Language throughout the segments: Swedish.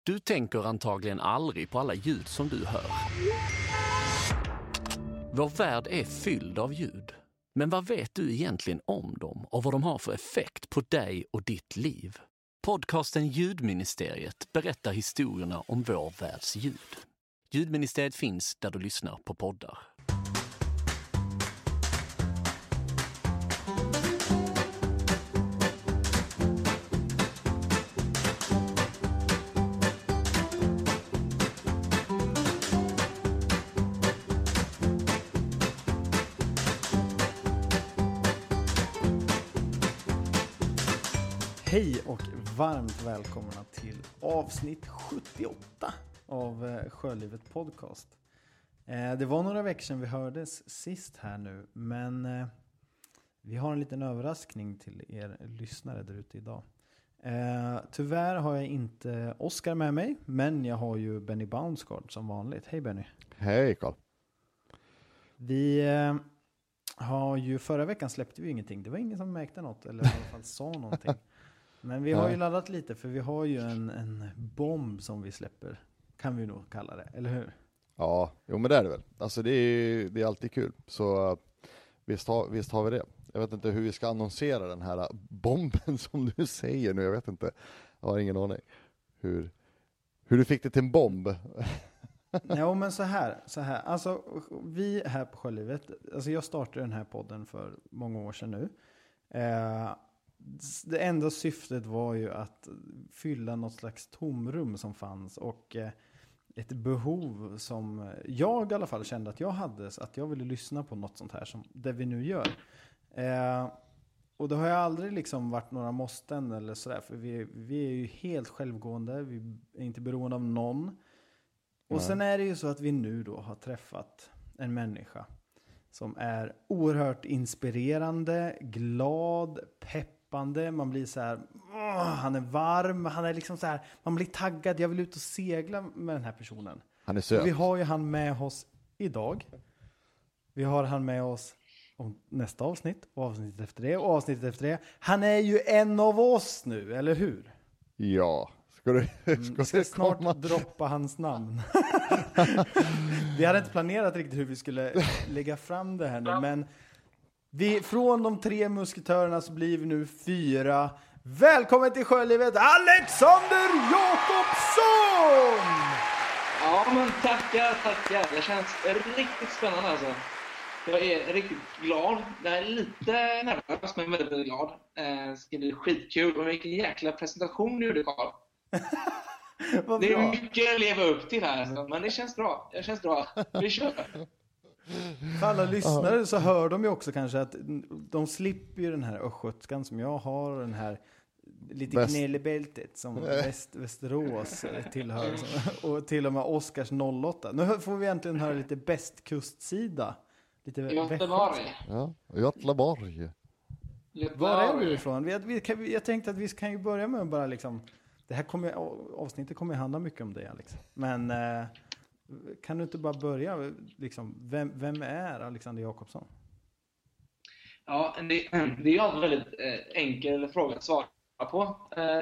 Du tänker antagligen aldrig på alla ljud som du hör. Vår värld är fylld av ljud. Men vad vet du egentligen om dem och vad de har för effekt på dig och ditt liv? Podcasten Ljudministeriet berättar historierna om vår världs ljud. Ljudministeriet finns där du lyssnar på poddar. Hej och varmt välkomna till avsnitt 78 av Sjölivet podcast. Det var några veckor sedan vi hördes sist här nu, men vi har en liten överraskning till er lyssnare där ute idag. Tyvärr har jag inte Oskar med mig, men jag har ju Benny Bounsgaard som vanligt. Hej Benny. Hej Carl. Vi har ju förra veckan släppte vi ingenting. Det var ingen som märkte något eller i alla fall sa någonting. Men vi har ju laddat lite för vi har ju en bomb som vi släpper. Kan vi nog kalla det, eller hur? Ja, jo men det är det väl. Alltså det är alltid kul. Så visst har vi det. Jag vet inte hur vi ska annonsera den här bomben som du säger nu. Jag vet inte. Jag har ingen aning. Hur du fick det till en bomb. Ja, men så här. Alltså vi här på Sjölivet. Alltså jag startade den här podden för många år sedan nu. Det enda syftet var ju att fylla något slags tomrum som fanns och ett behov som jag i alla fall kände att jag hade, så att jag ville lyssna på något sånt här som det vi nu gör. Och det har jag aldrig liksom varit några måsten eller sådär, för vi är ju helt självgående, vi är inte beroende av någon. Och sen är det ju så att vi nu då har träffat en människa som är oerhört inspirerande, glad, peppande. Man blir så här, han är varm, han är liksom så här, man blir taggad. Jag vill ut och segla med den här personen. Han är söt. Och vi har ju han med oss idag. Vi har han med oss om nästa avsnitt och avsnittet efter det och avsnittet efter det. Han är ju en av oss nu, eller hur? Ja. Ska snart droppa hans namn. Vi hade inte planerat riktigt hur vi skulle lägga fram det här nu, men från de 3 musketörerna så blir vi nu 4. Välkommen till Sjölivet, Alexander Jakobsson! Ja, men tackar. Det känns riktigt spännande alltså. Jag är riktigt glad. Jag är lite nervös, men väldigt glad. Det ska bli skitkul. Och vilken jäkla presentation du gjorde, Carl. Det är mycket att leva upp till här, men det känns bra. Vi kör. För alla lyssnare så hör de ju också kanske att de slipper ju den här östgötskan som jag har, den här lite knelebältet som Västerås tillhör, och till och med Oskars 08. Nu får vi egentligen höra lite bästkustsida. Lite Göteborg. Ja, Göteborg. Var är du ifrån? Jag tänkte att vi kan ju börja med bara liksom, det här avsnittet kommer handla mycket om det, Alex. Men kan du inte bara börja liksom, vem är Alexander Jakobsson? Ja, det är ju en väldigt enkel fråga att svara på.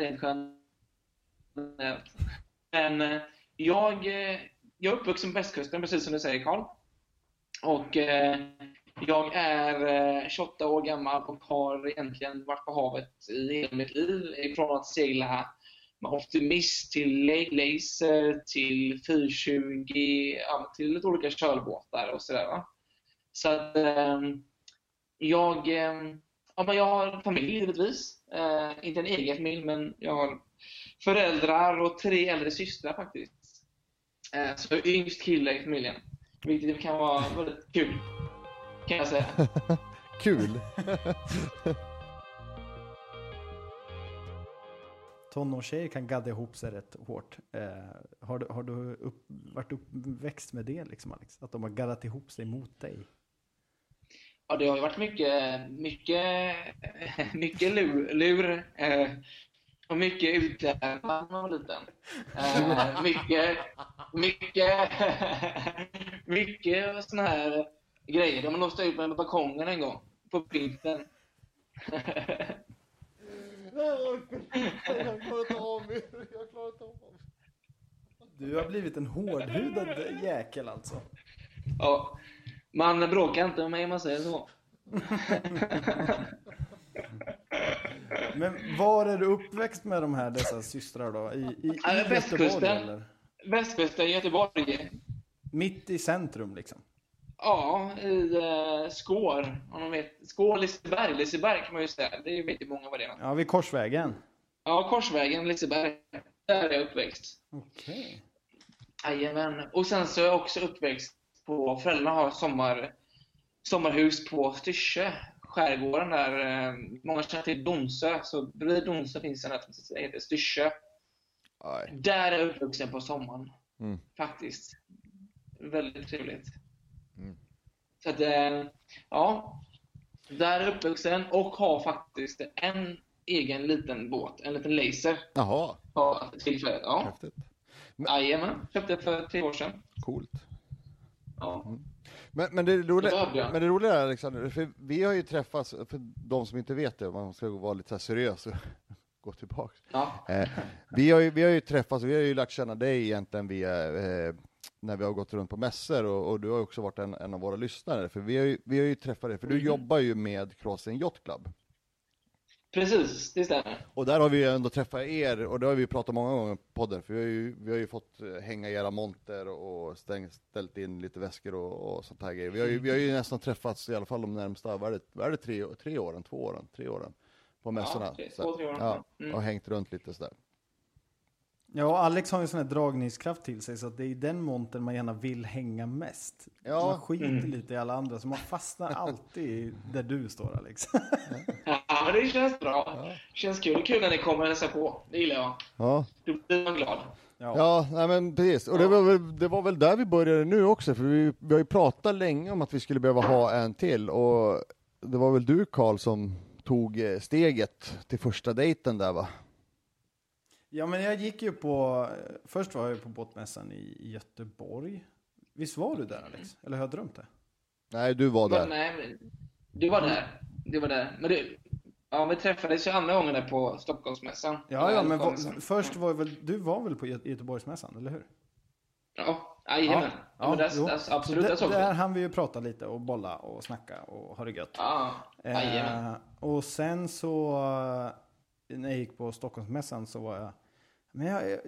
Men jag är uppvuxen på västkusten, precis som du säger, Carl. Och jag är 28 år gammal och har egentligen varit på havet i hela mitt liv. Ifrån att segla med Optimist till Lake Laser till 420, till lite olika kölbåtar och sådär, va. Så att jag har familj givetvis. Inte en egen familj, men jag har föräldrar och 3 äldre systrar faktiskt. Så jag är yngst kille i familjen. Vilket kan vara väldigt kul, kan jag säga. Kul. Tonårstjejer kan gadda ihop sig rätt hårt. Har du varit uppväxt med det liksom, Alex? Att de har gaddat ihop sig mot dig? Ja, det har ju varit mycket lur och mycket utklädnad när man var liten. Mycket såna här grejer. De har nog stått ut med balkongen en gång på vintern. Jag klarar inte av. Du har blivit en hårdhudad jäkel alltså. Ja, man bråkar inte med mig om man säger så. Men var är du uppväxt med dessa systrar då? I Västkusten. Göteborg eller? Västkusten i Göteborg. Mitt i centrum liksom? Ja, i Skår. Om man vet. Skår, Liseberg. Liseberg kan man ju säga. Det vet ju många vad det är. Ja, vid Korsvägen. Ja, Korsvägen, Liseberg. Där är jag uppväxt. Okej. Jajamän. Och sen så är jag också uppväxt på... Föräldrarna har sommarhus på Styrsö. Skärgården där. Många känner till Donsö. Så bredvid Donsö finns en som heter Styrsö. Aj. Där är jag uppvuxen på sommaren. Mm. Faktiskt. Väldigt trevligt. Mm. Så att, ja. Där är jag uppvuxen och har faktiskt en egen liten båt. En liten laser. Jaha, Ja, tillfället. Ja. häftigt. Jajamän. Köpte för 3 år sedan. Coolt. Ja. Men det roliga, Ja. men det roliga är, Alexander, för vi har ju träffats, för de som inte vet det, man ska vara lite så här seriös och gå tillbaka. Ja. Vi har ju träffats, vi har ju lärt känna dig egentligen via, när vi har gått runt på mässor, och du har också varit en av våra lyssnare, för vi har ju träffat dig, för du jobbar ju med Crossing Yacht Club. Precis, det stämmer. Och där har vi ändå träffat er, och det har vi pratat många gånger på podden, för vi har ju fått hänga i era monter och ställt in lite väskor och sånt här grejer. Vi har ju nästan träffats i alla fall de närmsta, vad är det 3 åren, 2 åren, 3 åren på mässorna. Ja, 2-3 år. Ja, och hängt runt lite sådär. Ja, och Alex har ju sån här dragningskraft till sig, så att det är i den monten man gärna vill hänga mest. Ja. Man skiter lite i alla andra, så man fastnar alltid där du står, Alex. Ja, det känns bra. Det känns kul. Det är kul när ni kommer och hälsar på. Det gillar jag. Ja. Då blir man glad. Ja, nej men precis. Och det var väl där vi började nu också, för vi har ju pratat länge om att vi skulle behöva ha en till, och det var väl du, Carl, som tog steget till första dejten där, va? Ja, men jag gick ju först var jag på båtmässan i Göteborg. Visst var du där, Alex? Eller har jag drömt det? Nej, du var där. Nej, men du var där. Du var där. Men vi träffades ju andra gången där på Stockholmsmässan. Ja, men först du var väl på Göteborgsmässan, eller hur? Ja, jajamän. Ja, absolut. Där hann vi ju prata lite och bolla och snacka och ha det gött. Ja, jajamän. Och sen så, när jag gick på Stockholmsmässan så var jag... Men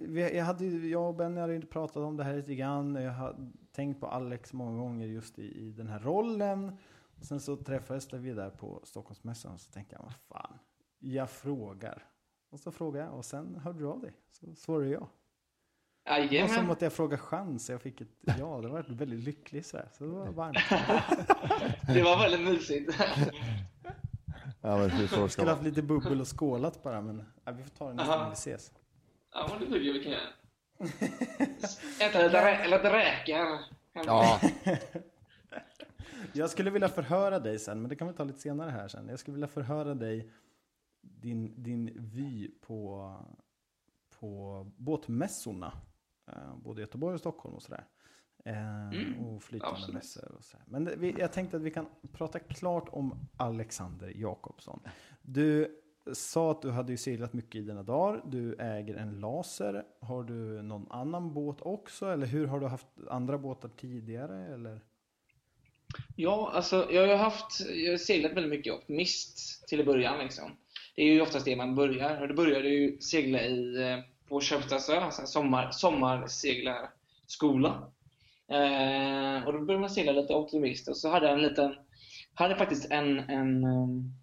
jag och Benny hade inte pratat om det här lite grann. Jag har tänkt på Alex många gånger just i den här rollen. Och sen så träffades vi där på Stockholmsmässan, så tänkte jag, vad fan, jag frågar. Och så frågade jag, och sen hörde du av dig. Så svarade jag. Det var som att jag frågade chans. Jag fick ett ja, det var väldigt lyckligt så här. Så det var varmt. Det var väldigt mysigt. Ja, men jag skulle haft lite bubbel och skålat bara, men vi får ta det nästan när vi ses. Ja, men det tycker jag vi kan göra. Äta lite räkor. Ja. Jag skulle vilja förhöra dig sen, men det kan vi ta lite senare här sen. Jag skulle vilja förhöra dig din vy på båtmässorna. Både Göteborg och Stockholm och sådär. Och flytande mässor och sådär. Men jag tänkte att vi kan prata klart om Alexander Jakobsson. Du sa att du hade ju seglat mycket i dina dagar. Du äger en laser. Har du någon annan båt också? Eller hur, har du haft andra båtar tidigare? Eller? Ja, alltså jag har seglat väldigt mycket optimist till i början liksom. Det är ju oftast det man börjar. Och då började jag ju segla på Köpstasö, alltså sommarseglarskola. Och då började man segla lite optimist. Och så hade jag faktiskt en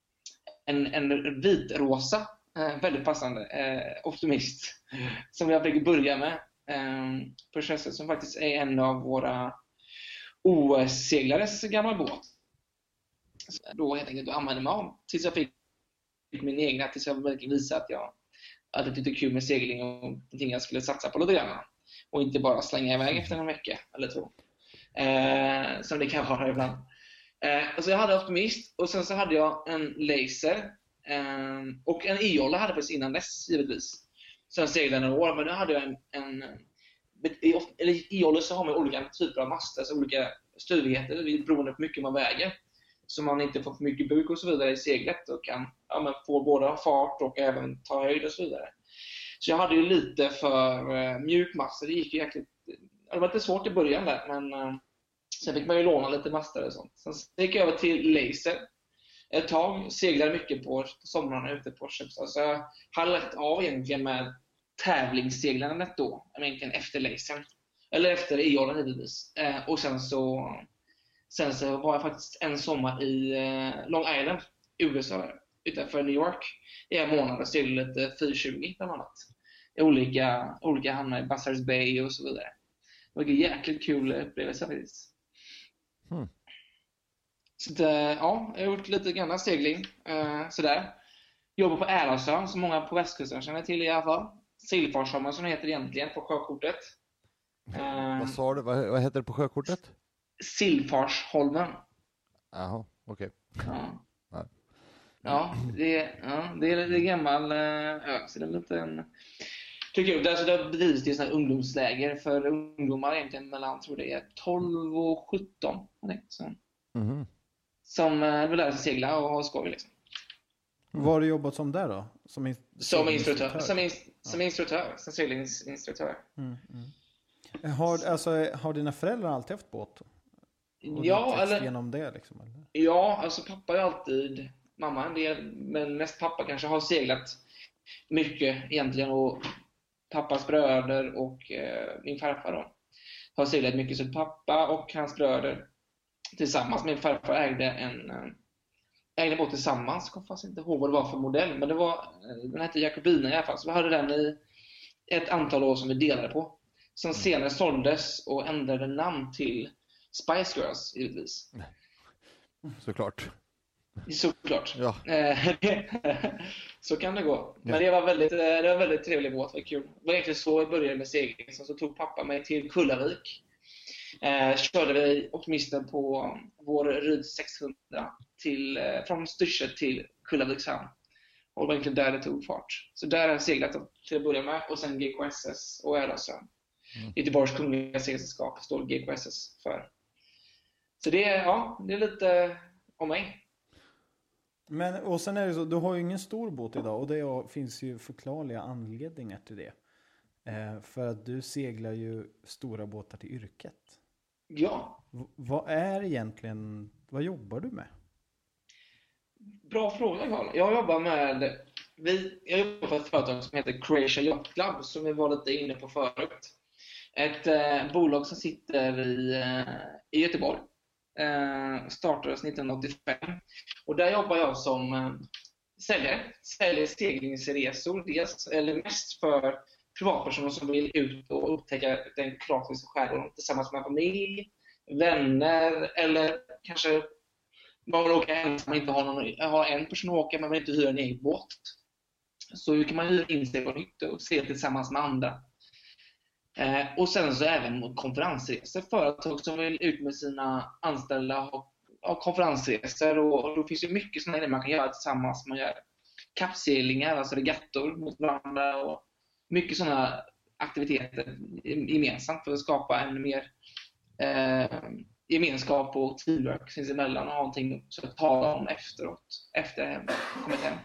vitrosa, väldigt passande optimist, som jag fick börja med på Köpstasö, som faktiskt är en av våra OS-seglares gamla båt. Så då helt enkelt använde mig av tills jag fick min egna, tills jag verkligen visade att jag hade lite kul med segling och någonting jag skulle satsa på lite grann. Och inte bara slänga iväg efter en vecka eller 2. Som det kan vara ibland. Och så jag hade optimist, och sen så hade jag en laser och en e-jolle hade faktiskt innan dess givetvis. Sen seglade några år, men nu hade jag i e-jolle så har man olika typer av master, alltså olika styrigheter beroende på hur mycket man väger. Så man inte får för mycket buk och så vidare i seglet och kan få både fart och även ta höjd och så vidare. Så jag hade ju lite för mjuk massa. Det gick ju jäkligt... Det var lite svårt i början där, men sen fick man ju låna lite master och sånt. Sen gick jag över till laser. Ett tag seglade mycket på somrarna ute på Skeppsholm. Så jag hade lagt av egentligen med tävlingsseglandet då. Egentligen efter lasern. Eller efter E-åldern givetvis. Och sen så var jag faktiskt en sommar i Long Island, USA, utanför New York. I en månad och seglade lite 420 bland annat. I olika hamnar i Buzzards Bay och så vidare. Det var en jäkligt kul upplevelse faktiskt. Så ja, jag har gjort lite grann segling. Sådär. Jobbar på Älasön, som många på västkusten känner till i alla fall. Silfarsholmen som det heter egentligen på sjökortet. Vad sa du? Vad heter det på sjökortet? Silfarsholmen. Jaha, okej. Ja, det är lite gammal ö, så det är lite en... Tycker jag, där så det bedrivs det sådana ungdomsläger för ungdomar egentligen mellan, tror det är 12 och 17. Så. Som vill lära sig segla och ha skoj liksom. Vad har du jobbat som där då? Som instruktör. Som instruktör, som seglingsinstruktör. Har dina föräldrar alltid haft båt? Ja, eller... Genom det liksom, eller? Ja, alltså pappa har alltid, mamma en del, men mest pappa kanske har seglat mycket egentligen, och pappas bröder och min farfar då har seglat mycket, så pappa och hans bröder tillsammans med min farfar ägde båt tillsammans. Jag kommer fast inte ihåg vad det var för modell, men den hette Jakobina i alla fall, så vi hade den i ett antal år som vi delade på, som senare såldes och ändrade namn till Spice Girls givetvis. Såklart. Ja. Så kan det gå. Men det var väldigt trevlig båt, det var kul. Det var egentligen så jag började med segling. Så tog pappa mig till Kullavik. Körde vi åtminstone på vår Ryd 600 från Styrsö till Kullaviks hamn. Och det var egentligen där det tog fart. Så där har jag seglat till att börja med, och sen GKSS och Älasön. Göteborgs Kungliga Segelsällskap står GKSS för. Så det är lite om mig. Men, och sen är det så, du har ju ingen stor båt idag, och det finns ju förklarliga anledningar till det. För att du seglar ju stora båtar till yrket. Ja. Vad jobbar du med? Bra fråga, Carl. Jag jobbar för ett företag som heter Croatia Yacht Club, som vi var lite inne på förut. Ett bolag som sitter i Göteborg. Startades 1985. Och där jobbar jag som säljare. Säljer seglingsresor, eller mest för privatpersoner som vill ut och upptäcka den kroatiska skärgården tillsammans med familj, vänner, eller kanske bara åka ensam, inte ha en person att åka men inte hyra en egen båt. Så kan man hyra in sig på nytt och se tillsammans med andra. Och sen så även mot konferensresor. Företag som vill ut med sina anställda ha konferensresor. Och då finns det mycket sådana grejer man kan göra tillsammans. Man gör kappseglingar, alltså regattor mot varandra. Och mycket sådana aktiviteter gemensamt för att skapa en mer gemenskap och teamwork sinsemellan. Och ha någonting att tala om efteråt. Efter att kommit hem.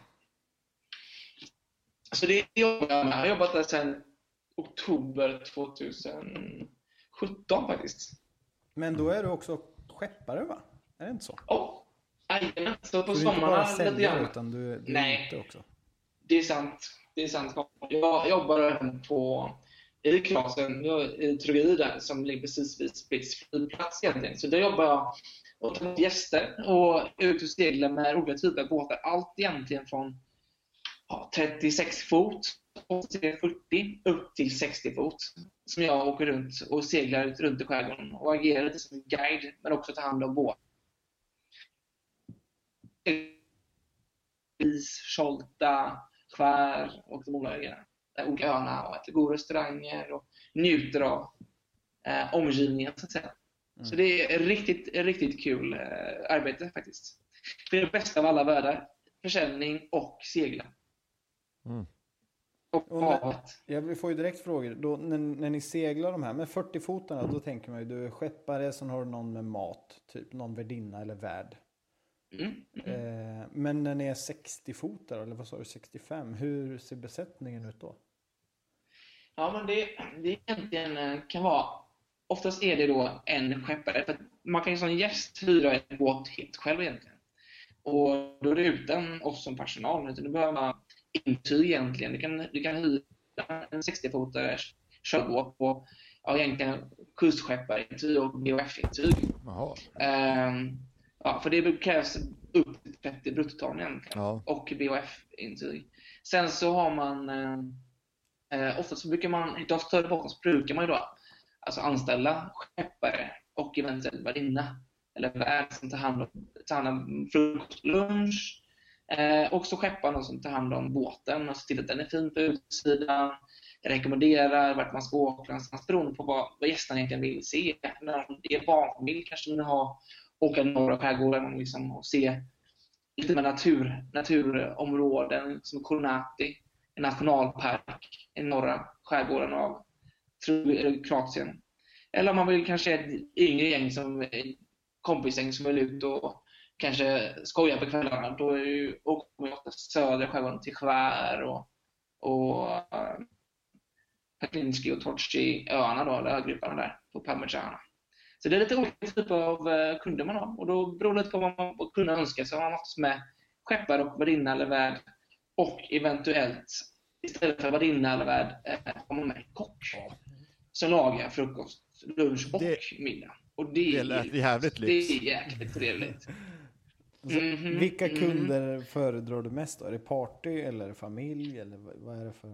Så det jobbar jag med. Jag har jobbat där sedan oktober 2017 faktiskt. Men då är du också skeppare, va? Är det inte så? Ja, jajamän. Så på du sommarna... Du är inte bara säljare, utan du är ute också. Det är sant. Jag jobbar även i Klasen, i Trogir där, som ligger precis vid Spits flygplats egentligen. Så där jobbar jag och tar gäster och ut och seglar med olika typer av båtar. Allt egentligen från 36 fot till 40 upp till 60 fot, som jag åker runt och seglar runt i skärgården och agerar lite som guide, men också tar hand om båt. Is, Scholta, skär och de olika öarna och äter goda restauranger och njuter av omgivningen så att säga. Så det är riktigt kul arbete faktiskt. Det är det bästa av alla världar. Försäljning och segla. Vi får ju direkt frågor. Då, när ni seglar de här med 40-fotarna, då tänker man ju du är skeppare, sen har du någon med mat, typ någon värdinna eller värd. Men när ni är 60-fotare, eller vad sa du, 65, hur ser besättningen ut då? Ja, men det egentligen kan vara... Oftast är det då en skeppare. För att man kan ju som gäst hyra ett båt helt själv egentligen. Och då är det utan oss som personal. Utan du behöver man intyg egentligen. Du kan hyra en 60-fotare körbåt på egentligen kustskeppare-intyg och BOF-intyg. Ja, för det krävs upp till 30 bruttoton egentligen. Ja. Och BOF-intyg. Sen så har man... ofta så brukar man, i de större båtarna så brukar man ju då alltså anställa skeppare och eventuellt värdinna eller värd som tar hand om frukost och lunch. Och så skepparen som tar hand om båten och ser till att den är fin på utsidan, rekommenderar vart man ska åka någonstans beroende på vad gästerna egentligen vill se. När det är barnfamilj kanske man har åka norra skärgården liksom, och se lite med naturområden som Kornati, en nationalpark i norra skärgården av Kroatien. Eller om man vill kanske ett yngre gäng som kompisgäng som vill ut och kanske skoja på kvällarna, då är ju åker man ofta södra skärgården till Skär och Petlinski och Torci öarna då, eller ögrupparna där på Parmigiana. Så det är lite olika typer av kunder man har, och då beror det på vad man kunde önska sig. Man måste med skeppare och värdinna eller värd, och eventuellt istället för värdinna eller värd har man med kock som lagar frukost, lunch och middag. Och det lät jävligt lyx. Det är jäkligt trevligt. Vilka kunder föredrar du mest då? Är det party eller familj eller vad är det för?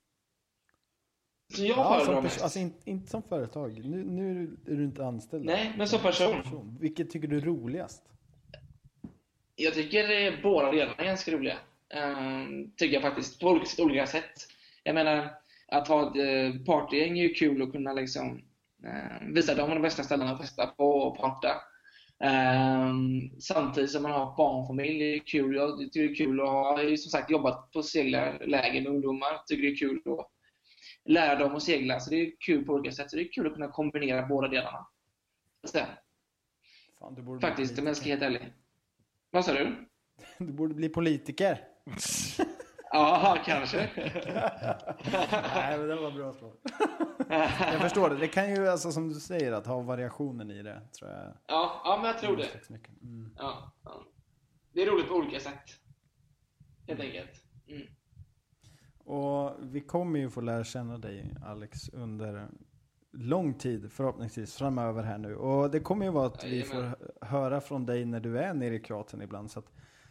Så jag föredrar mest. Alltså inte som företag. Nu är du inte anställd. Nej, men som person. Vilket tycker du är roligast? Jag tycker båda delarna är ganska roliga. Tycker jag faktiskt på olika sätt. Jag menar, att ha ett partygäng är ju kul att kunna liksom visa dem de bästa ställena att festa på och parta. Samtidigt som man har barnfamilj, det är kul. Jag tycker det är kul att ha, jag har ju som sagt jobbat på seglarläger med ungdomar. Tycker det är kul att lära dem att segla, så det är kul på olika sätt. Så det är kul att kunna kombinera båda delarna. Fan, du borde faktiskt, om jag ska helt ärlig. Vad sa du? Du borde bli politiker. Ja, kanske. Nej, men det var bra svar. Jag förstår det. Det kan ju, alltså, som du säger, att ha variationen i det, tror jag. Ja, men jag tror det. Ja. Det är roligt på olika sätt. Helt enkelt. Och vi kommer ju få lära känna dig, Alex, under lång tid förhoppningsvis framöver här nu. Och det kommer ju vara att vi får höra från dig när du är nere i Kroatien ibland, så att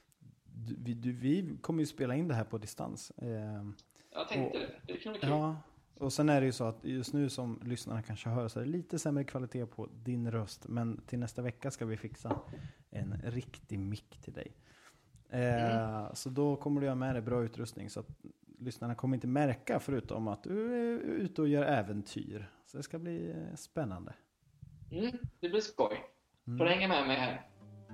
vi kommer ju spela in det här på distans. Jag tänkte det kan bli kul. Ja, och sen är det ju så att just nu som lyssnarna kanske hör så är det lite sämre kvalitet på din röst, men till nästa vecka ska vi fixa en riktig mick till dig. Så då kommer du ha med dig bra utrustning, så att lyssnarna kommer inte märka förutom att du är ute och gör äventyr. Så det ska bli spännande. Det blir skoj. Får hänga med mig här.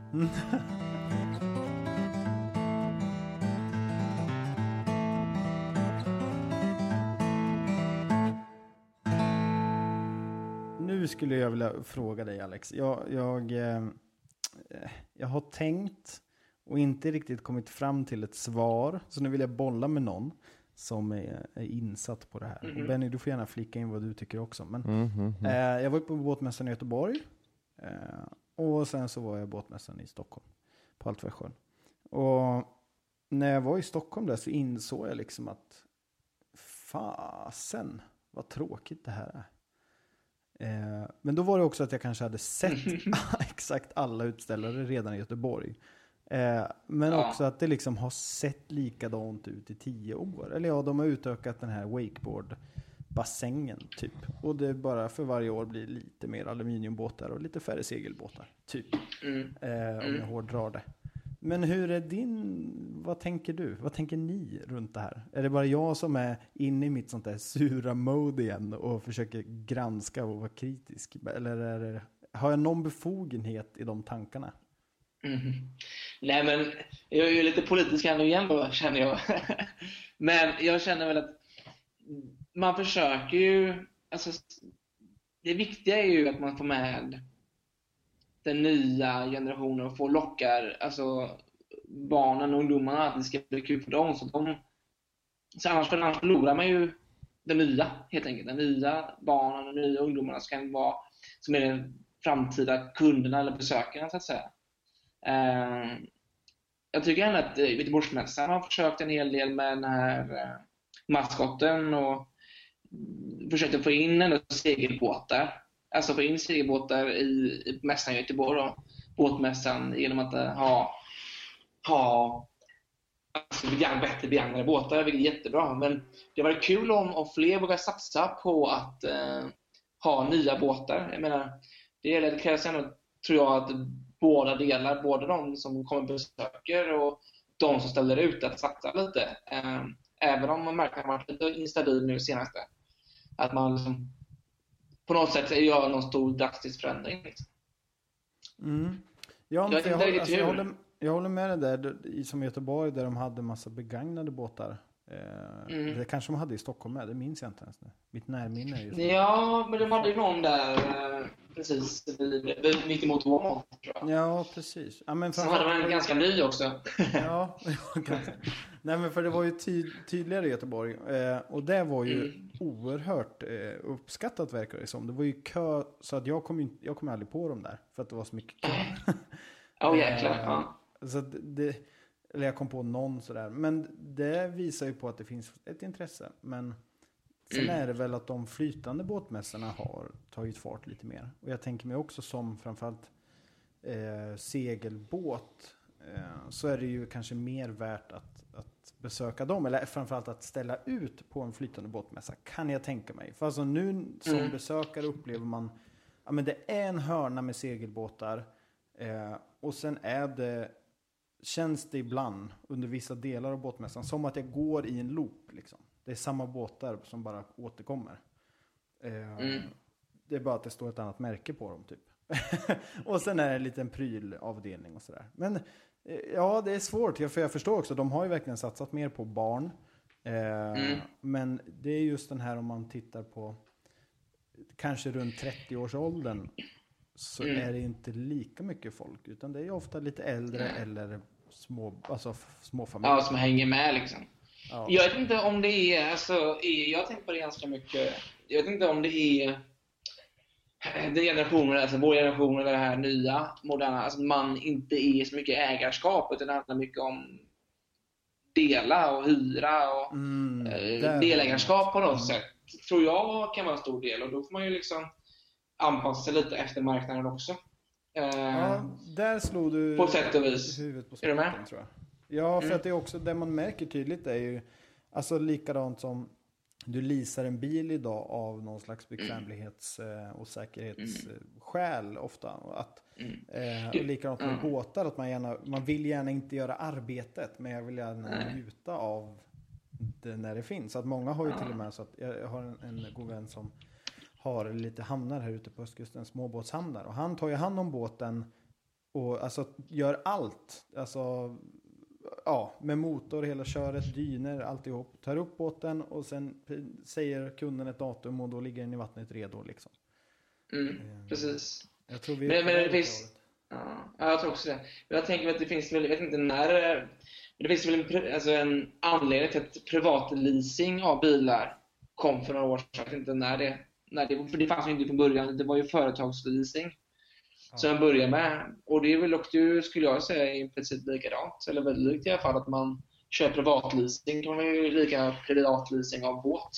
Nu skulle jag vilja fråga dig, Alex. Jag har tänkt och inte riktigt kommit fram till ett svar. Så nu vill jag bolla med någon som är insatt på det här. Och Benny, du får gärna flika in vad du tycker också. Men, jag var på båtmässan i Göteborg. Och sen så var jag båtmässan i Stockholm. På Altvärsjön. Och när jag var i Stockholm där så insåg jag liksom att fasen, vad tråkigt det här är. Men då var det också att jag kanske hade sett exakt alla utställare redan i Göteborg. Men också att det liksom har sett likadant ut i 10 år. Eller ja, de har utökat den här wakeboard-bassängen typ. Och det bara för varje år blir lite mer aluminiumbåtar och lite färre segelbåtar typ. Om jag hårdrar det. Men hur är vad tänker du? Vad tänker ni runt det här? Är det bara jag som är inne i mitt sånt där sura mode igen och försöker granska och vara kritisk? Eller har jag någon befogenhet i de tankarna? Nej, men jag är ju lite politisk här nu igen då, känner jag. Men jag känner väl att man försöker ju, alltså det viktiga är ju att man får med den nya generationen och får lockar, alltså barnen och ungdomarna, att det ska bli kul för dem. Så annars förlorar man ju den nya, helt enkelt. Den nya barnen och de nya ungdomarna som är den framtida kunderna eller besökarna, så att säga. Jag tycker ändå att Göteborgsmässan har försökt en hel del med den här maskotten och försökt få in ändå segelbåtar. Alltså få in segelbåtar i mässan i Göteborg och båtmässan genom att ha bättre begagnade båtar, vilket är jättebra. Men det var kul om fler vågar satsa på att ha nya båtar. Jag menar, det krävs ändå, tror jag, att båda delar, både de som kommer besöker och de som ställer ut, att satsa lite. Även om marknaden har varit lite instabil nu senaste. Att man liksom, på något sätt gör någon stor drastisk förändring. Liksom. Ja, jag håller med dig där, som Göteborg, där de hade massa begagnade båtar. Det kanske de hade i Stockholm med, det minns jag inte ens nu. Mitt närminne är ju så. Ja, men de hade ju någon där precis mitt emot vår mål, tror jag. Ja, precis. Ja, men så hade man en ganska ny också. Ja, ganska. Nej, men för det var ju tydligare i Göteborg. Och det var ju oerhört uppskattat, verkar det som. Det var ju kö, så att jag kom aldrig på dem där, för att det var så mycket kö. Jäklar. Ja. Så eller jag kom på någon sådär. Men det visar ju på att det finns ett intresse. Men sen är det väl att de flytande båtmässorna har tagit fart lite mer. Och jag tänker mig också som framförallt segelbåt, så är det ju kanske mer värt att besöka dem. Eller framförallt att ställa ut på en flytande båtmässa, kan jag tänka mig. För alltså nu som besökare upplever man, ja, men det är en hörna med segelbåtar. Och sen känns det ibland under vissa delar av båtmässan som att jag går i en loop liksom. Det är samma båtar som bara återkommer. Det är bara att det står ett annat märke på dem typ. Och sen är det en liten prylavdelning och sådär. Men ja, det är svårt, för jag förstår också, de har ju verkligen satsat mer på barn. Men det är just den här, om man tittar på kanske runt 30-årsåldern, så är det inte lika mycket folk, utan det är ofta lite äldre eller småfamiljer. Ja, som hänger med liksom. Ja. Jag vet inte om det är, jag tänker på det ganska mycket. Jag vet inte om det är den generationen, alltså vår generation, eller det här nya, moderna, alltså man inte är så mycket ägarskap, utan det handlar mycket om dela och hyra och delägarskap på något sätt. Tror jag kan vara en stor del, och då får man ju liksom anpassa sig lite efter marknaden också. Ja, där slog du på sätt och vis huvudet på speten, tror jag. Ja, för att det är också det man märker tydligt är ju, alltså likadant som du leasar en bil idag av någon slags bekvämlighets- och säkerhetsskäl ofta. Att, likadant med båtar, att man vill gärna inte göra arbetet, men jag vill gärna njuta av det när det finns. Så att många har ju till och med, så att jag har en god vän som har lite hamnar här ute på östkusten, småbåtshamnar, och han tar ju hand om båten och alltså gör allt, alltså med motor, hela köret, dyner, alltihop, tar upp båten och sen säger kunden ett datum och då ligger den i vattnet redo liksom. Precis. Jag tror men det finns, jag tror också det. Jag tänker att det finns väl, jag vet inte när, det finns väl en anledning till att privatleasing av bilar kom för några år sedan. Jag vet inte när det, för det fanns ju inte från början, det var ju företagsleasing som jag började med, och det är väl också, skulle jag säga, i princip likadant, eller väldigt likt i alla fall, att man kör privatleasing, kan man ju lika privatleasing av båt.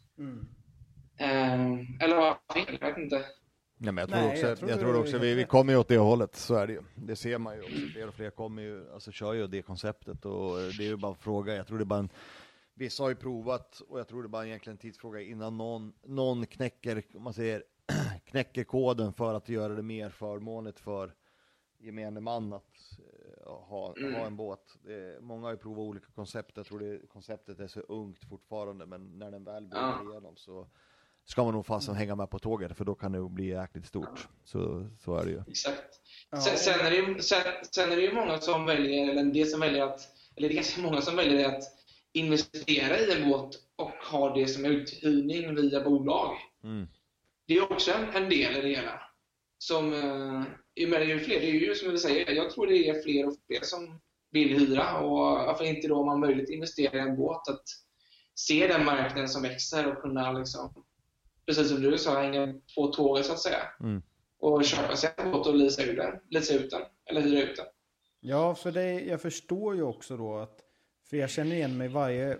Eller vad fel, jag vet inte. Ja, men jag tror också vi kommer ju åt det hållet, så är det ju. Det ser man ju också, fler och fler kommer ju, alltså kör ju det konceptet, och det är ju bara en fråga, jag tror det är bara vissa har ju provat, och jag tror det är bara egentligen en tidsfråga innan någon knäcker, om man säger, knäcker koden för att göra det mer förmånligt för gemene man att ha en båt. Många har ju provat olika koncept, jag tror konceptet är så ungt fortfarande, men när den väl blir igenom så ska man nog fast hänga med på tåget, för då kan det bli jäkligt stort. Så är det ju. Exakt. Sen är det ju många som väljer, eller det är ganska många som väljer att investera i en båt och ha det som uthyrning via bolag. Det är också en del i det hela. Som, men det är ju fler, det är ju som vi säger, jag tror det är fler och fler som vill hyra, och varför inte då, om man möjligt investera i en båt, att se den marknaden som växer och kunna liksom, precis som du sa, hänga på tåget så att säga. Och köpa sig en båt och leasa ut den, eller hyra ut den. Ja, för det, jag förstår ju också då att, för jag känner igen mig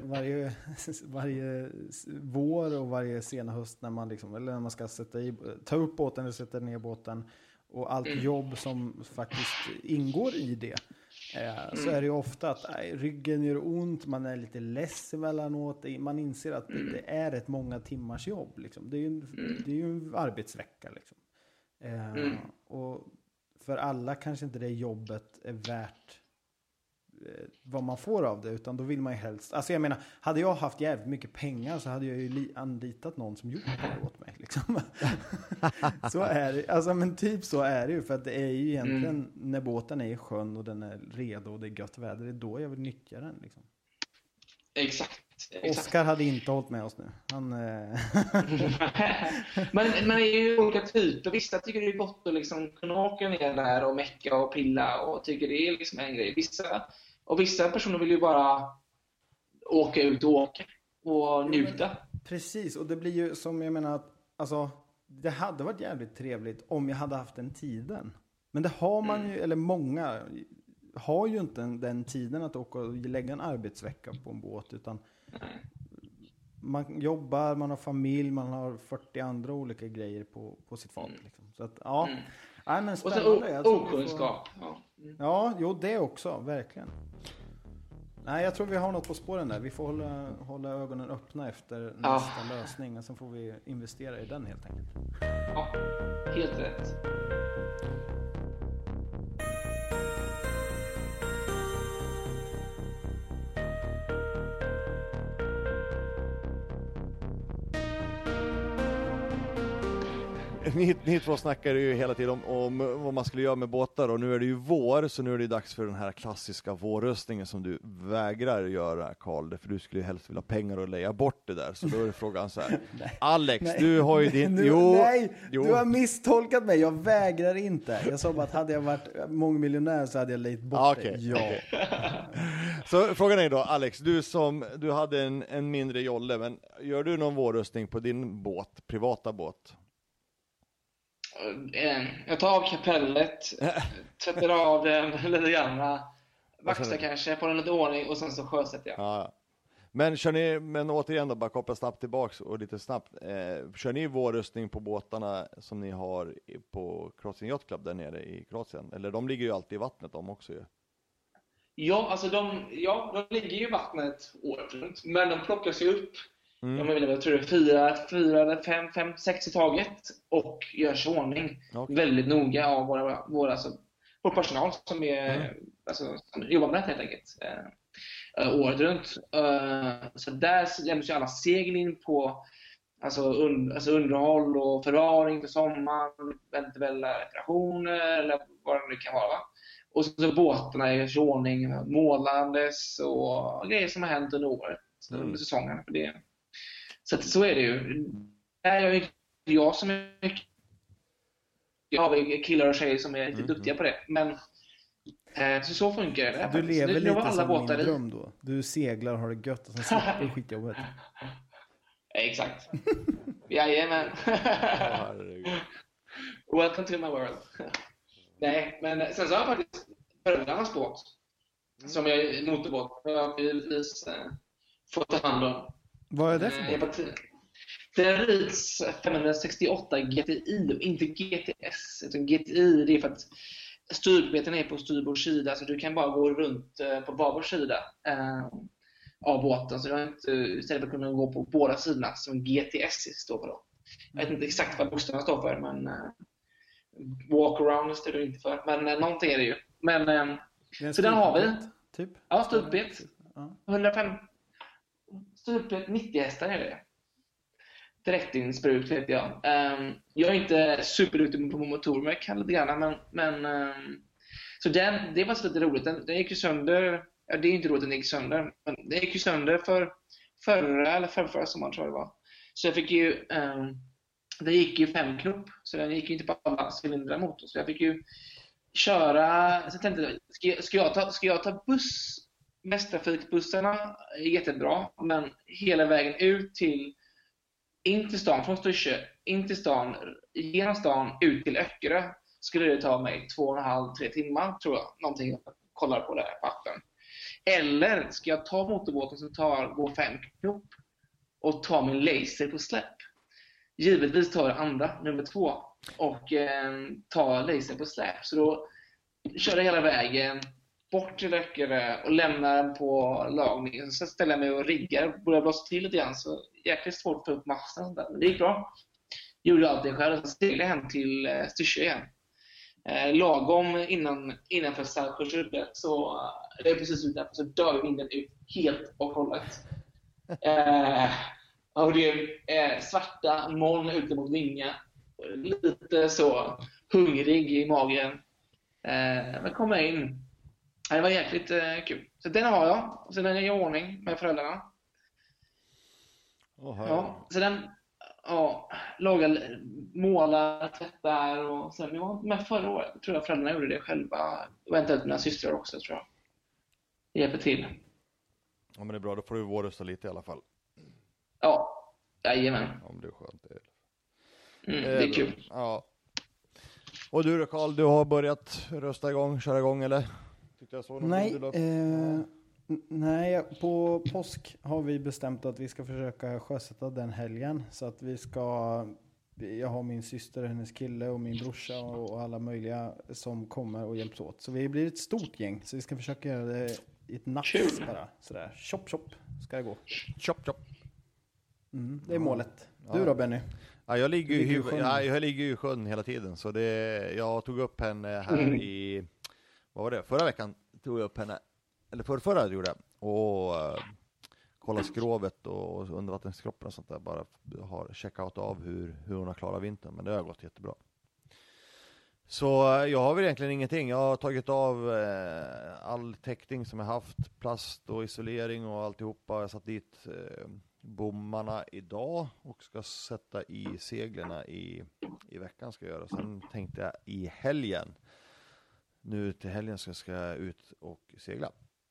varje vår och varje sena höst när man liksom, eller när man ska ta upp båten eller sätta ner båten och allt jobb som faktiskt ingår i det. Så är det ju ofta att ryggen gör ont, man är lite less emellanåt, man inser att det är ett många timmars jobb liksom. Det är ju en arbetsvecka liksom. Och för alla kanske inte det jobbet är värt vad man får av det, utan då vill man ju helst, alltså jag menar, hade jag haft jävligt mycket pengar så hade jag ju anlitat någon som gjort det åt mig liksom. Så är det, alltså men typ så är det ju, för att det är ju egentligen när båten är i sjön och den är redo och det är gött väder, det är då jag vill nyttja den liksom. Exakt. Oskar hade inte hållit med oss nu. Men är ju olika typer. Vissa tycker det är gott att liksom kunna åka ner där och mecka och pilla och tycker det är liksom en grej. Vissa personer vill ju bara åka ut och åka och njuta. Precis, och det blir ju som jag menar att alltså, det hade varit jävligt trevligt om jag hade haft den tiden. Men det har man ju, eller många har ju inte den tiden att åka och lägga en arbetsvecka på en båt, utan man jobbar, man har familj, man har 40 andra olika grejer på sitt fat liksom. Så att nej, men spännande. Och så okunskap. Ja, jo det också, verkligen. Nej, jag tror vi har något på spåren där. Vi får hålla ögonen öppna efter nästa lösning, och sen får vi investera i den helt enkelt. Ja, helt rätt. Ni två snackar ju hela tiden om vad man skulle göra med båtar, och nu är det ju vår, så nu är det dags för den här klassiska vårröstningen som du vägrar göra, Carl, för du skulle ju helst vilja ha pengar och leja bort det där. Så då är det frågan så här. Alex, du har ju din... Du har misstolkat mig, jag vägrar inte. Jag sa bara att hade jag varit mångmiljonär så hade jag lejt bort det. Ja. Okay. Så frågan är då, Alex, du hade en mindre jolle, men gör du någon vårröstning på din båt, privata båt? Jag tar av kapellet, tvättar av den lite grann, vaxar kanske på den lite ordning och sen så sjösätter jag. Ja. Men återigen då, bara koppla snabbt tillbaks och lite snabbt. Kör ni vårröstning på båtarna som ni har på Kroatien Yacht Club där nere i Kroatien? Eller de ligger ju alltid i vattnet de också ju. Ja, alltså de ligger ju i vattnet året runt, men de plockas ju upp. Jag tror det är 4 eller 5, 6 i taget och görs i ordning väldigt noga av vår personal som är som jobbar med det helt enkelt året runt. Så där lämnas ju alla segel in på underhåll och förvaring för sommaren, eventuella reparationer eller vad det nu kan vara. Och så båtarna är i ordning, målandes och grejer som har hänt under året, under säsongen för det. Så är det ju. Det är ju jag som är mycket. Jag har killar och tjejer som är lite duktiga på det. Men så funkar det. Du lever lite som min dröm då. Du seglar och har det gött och sen sitter du skitjobbet. Exakt. Jajamän. Welcome to my world. Nej, men sen så har jag faktiskt föräldrarnas båt. Som är motorbåt. Jag har givetvis fått ta hand om. Vad är det för båt? Det rids 568 GTI och inte GTS. Utan GTI, det är för att styrbeten är på styrbord sida, så du kan bara gå runt på babord sida av båten. Så du har inte, istället för att kunna gå på båda sidorna som GTS står för då. Jag vet inte exakt vad bokstäverna står för, men walk around står det inte för. Men någonting är det ju. Men så den har vi. Typ? Ja, styrbet. 105 styrbet, 90 hästar är det. Direktinsprut vet jag. Jag är inte superduktig på motormekanik lite grann, men så det var så lite roligt. Den gick ju sönder. Ja, det är inte roligt att den gick sönder, men den gick ju sönder för förra sommaren tror jag det var. Så jag fick ju det gick ju 5 knop, så den gick ju inte på alla cylindrar motor, så jag fick ju köra. Så jag tänkte, ska jag ta buss Västtrafikbussarna är jättebra, men hela vägen ut in till stan, från Styrsö, in till stan, genom stan, ut till Öckerö, skulle det ta mig 2,5-3 timmar, tror jag. Någonting jag kollar på där på appen. Eller ska jag ta motorbåten som går 5 knop och ta min laser på släpp? Givetvis tar jag andra, nummer 2, och ta laser på släpp. Så då kör jag hela vägen bort till Öckerö och lämnar den på lagning. Sen ställer jag mig och riggar, börjar blåsa till lite grann, så jäkligt svårt att få upp massan. Men det gick bra. Gjorde allt det själv, och seglade hem till Styrsö igen. Lagom innanför Saltsjöbaden, så det är precis utanför, så dör vinden ut helt och hållet. Och det är svarta moln ute mot vingar. Lite så hungrig i magen. Men kom jag in. Det var jäkligt kul. Så den har jag. Och så den är i ordning med föräldrarna. Ja, så den lagar, målar, tvättar, och sen jag var med förra året. Tror jag föräldrarna gjorde det själva. Eventuellt mina systrar också, tror jag. Det hjälper till. Ja, men det är bra, då får du vårrusta lite i alla fall. Ja, jajamän. Ja, men det är skönt. Det är kul. Ja. Och du då, Carl, du har börjat köra igång eller? Tyckte jag såg något. Nej, på påsk har vi bestämt att vi ska försöka sjösätta den helgen. Så att jag har min syster, hennes kille och min brorsa och alla möjliga som kommer och hjälps åt. Så vi blir ett stort gäng, så vi ska försöka göra det i ett nafs bara. Sådär, chop ska det gå. Chop. Det är målet. Du då, Benny? Ja, jag ligger ju i sjön hela tiden, så jag tog upp henne här i, vad var det? Förra veckan tog jag upp henne, eller förra gjorde jag, och kolla skrovet och undervattenskroppen och sånt där, bara har checkat av hur hon har klarat vintern, men det har gått jättebra. Så jag har väl egentligen ingenting. Jag har tagit av all täckning som jag haft, plast och isolering och alltihopa. Jag har satt dit bommarna idag och ska sätta i seglerna i veckan ska jag göra. Sen tänkte jag i helgen, nu till helgen ska jag ut och segla.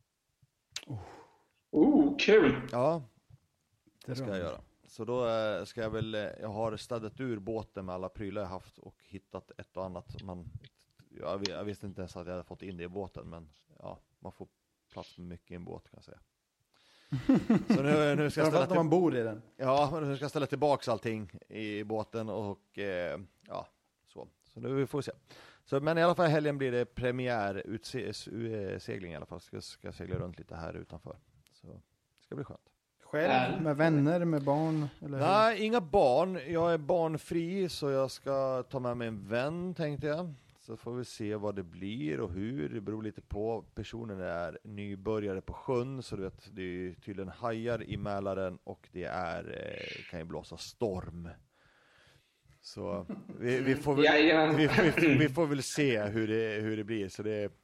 Kul! Ja, det ska jag göra. Så då ska jag har städat ur båten med alla prylar jag haft och hittat ett och annat. Jag visste inte ens att jag hade fått in det i båten, men ja, man får plats med mycket i en båt, kan jag säga. Så nu ska jag ställa man bor i den. Ja, men nu ska jag ställa tillbaka allting i båten och så nu får vi se. Så, men i alla fall helgen blir det premiär segling i alla fall. Ska segla runt lite här utanför. Så det ska bli skönt. Själv? Med vänner? Med barn? Eller nej, inga barn. Jag är barnfri, så jag ska ta med mig en vän, tänkte jag. Så får vi se vad det blir och hur. Det beror lite på. Personen är nybörjare på sjön, så du vet, det är tydligen hajar i Mälaren och det kan ju blåsa storm. Så vi får väl se hur det blir. Så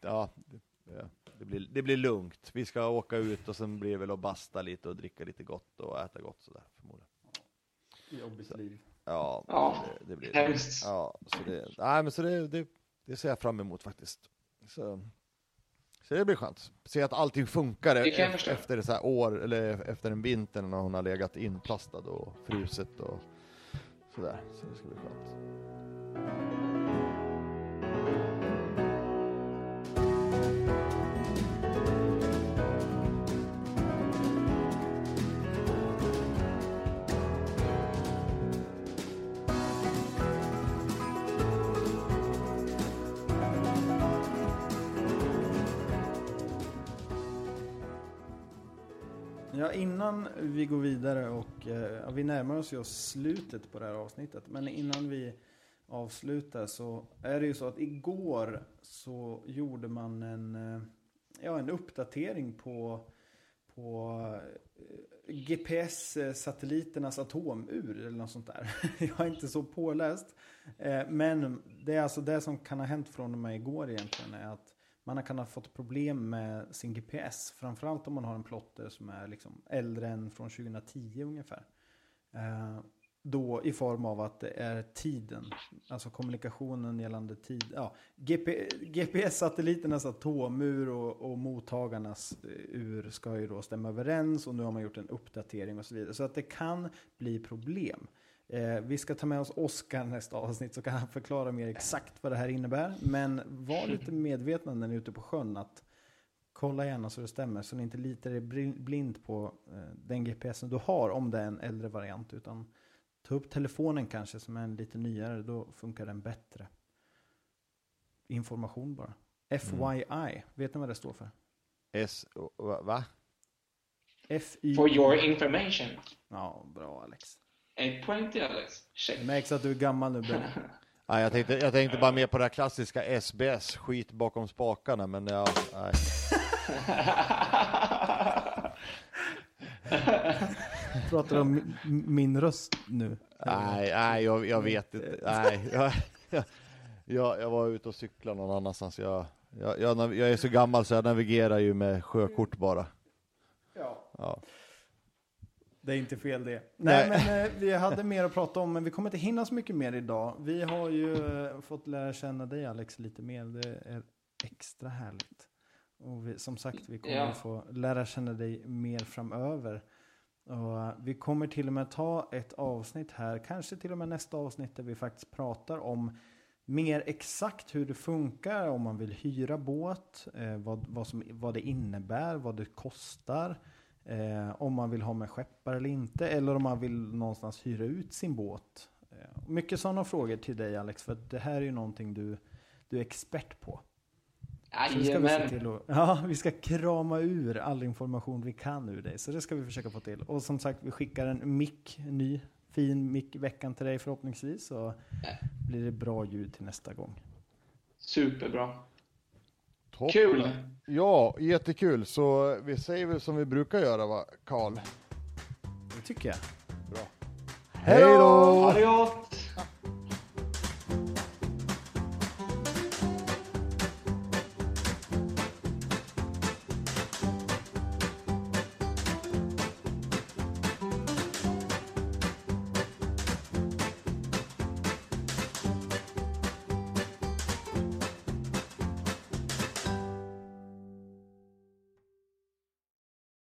det blir lugnt. Vi ska åka ut och sen blir det väl att basta lite och dricka lite gott och äta gott sådär förmodligen. Jobbigt liv. Ja, det blir hemskt. Ja, så det ser jag fram emot faktiskt. Så det blir skönt. Se att allting funkar efter så här år eller efter en vinter när hon har legat inplastad och fruset och sådär. Så det ska bli skönt. Ja, innan vi går vidare och vi närmar oss ju slutet på det här avsnittet, men innan vi avslutar så är det ju så att igår så gjorde man en uppdatering på GPS-satelliternas atomur eller något sånt där. Jag är inte så påläst, men det är alltså det som kan ha hänt från och med igår egentligen, är att man kan ha fått problem med sin GPS. Framförallt om man har en plotter som är liksom äldre än från 2010 ungefär. då i form av att det är tiden, alltså kommunikationen gällande tid. Ja, GPS-satelliternas atommur och mottagarnas ur ska ju då stämma överens, och nu har man gjort en uppdatering och så vidare. Så att det kan bli problem. Vi ska ta med oss Oskar nästa avsnitt, så kan han förklara mer exakt vad det här innebär. Men var lite medvetna när ni är ute på sjön att kolla gärna så det stämmer, så ni inte litar er blind på den GPSen du har om det är en äldre variant, utan ta upp telefonen kanske som är en lite nyare, då funkar den bättre. Information bara. FYI, vet ni vad det står för? Va? FY. For your information. Ja, bra Alex. 1 poäng till Alex. Check. Det märks att du är gammal nu, Benny. Nej, jag tänkte bara mer på det här klassiska SBS, skit bakom spakarna, men ja, nej. Pratar du om min röst nu? Nej, jag vet inte. Nej, jag var ute och cyklade någon annanstans. Jag är så gammal så jag navigerar ju med sjökort bara. Ja. Det är inte fel det. Nej, men vi hade mer att prata om, men vi kommer inte hinna så mycket mer idag. Vi har ju fått lära känna dig, Alex, lite mer. Det är extra härligt. Och som sagt, vi kommer att få lära känna dig mer framöver. Och vi kommer till och med ta ett avsnitt här, kanske till och med nästa avsnitt, där vi faktiskt pratar om mer exakt hur det funkar om man vill hyra båt, vad det innebär, vad det kostar, om man vill ha med skeppare eller inte, eller om man vill någonstans hyra ut sin båt. Mycket sådana frågor till dig, Alex, för det här är ju någonting du är expert på. Vi ska krama ur all information vi kan ur dig. Så det ska vi försöka få till. Och som sagt, vi skickar en ny fin mick veckan till dig förhoppningsvis. Så blir det bra ljud till nästa gång. Superbra. Toppen. Kul. Ja, jättekul. Så vi säger väl som vi brukar göra, va, Carl? Det tycker jag. Bra. Hej då! Ha det gott!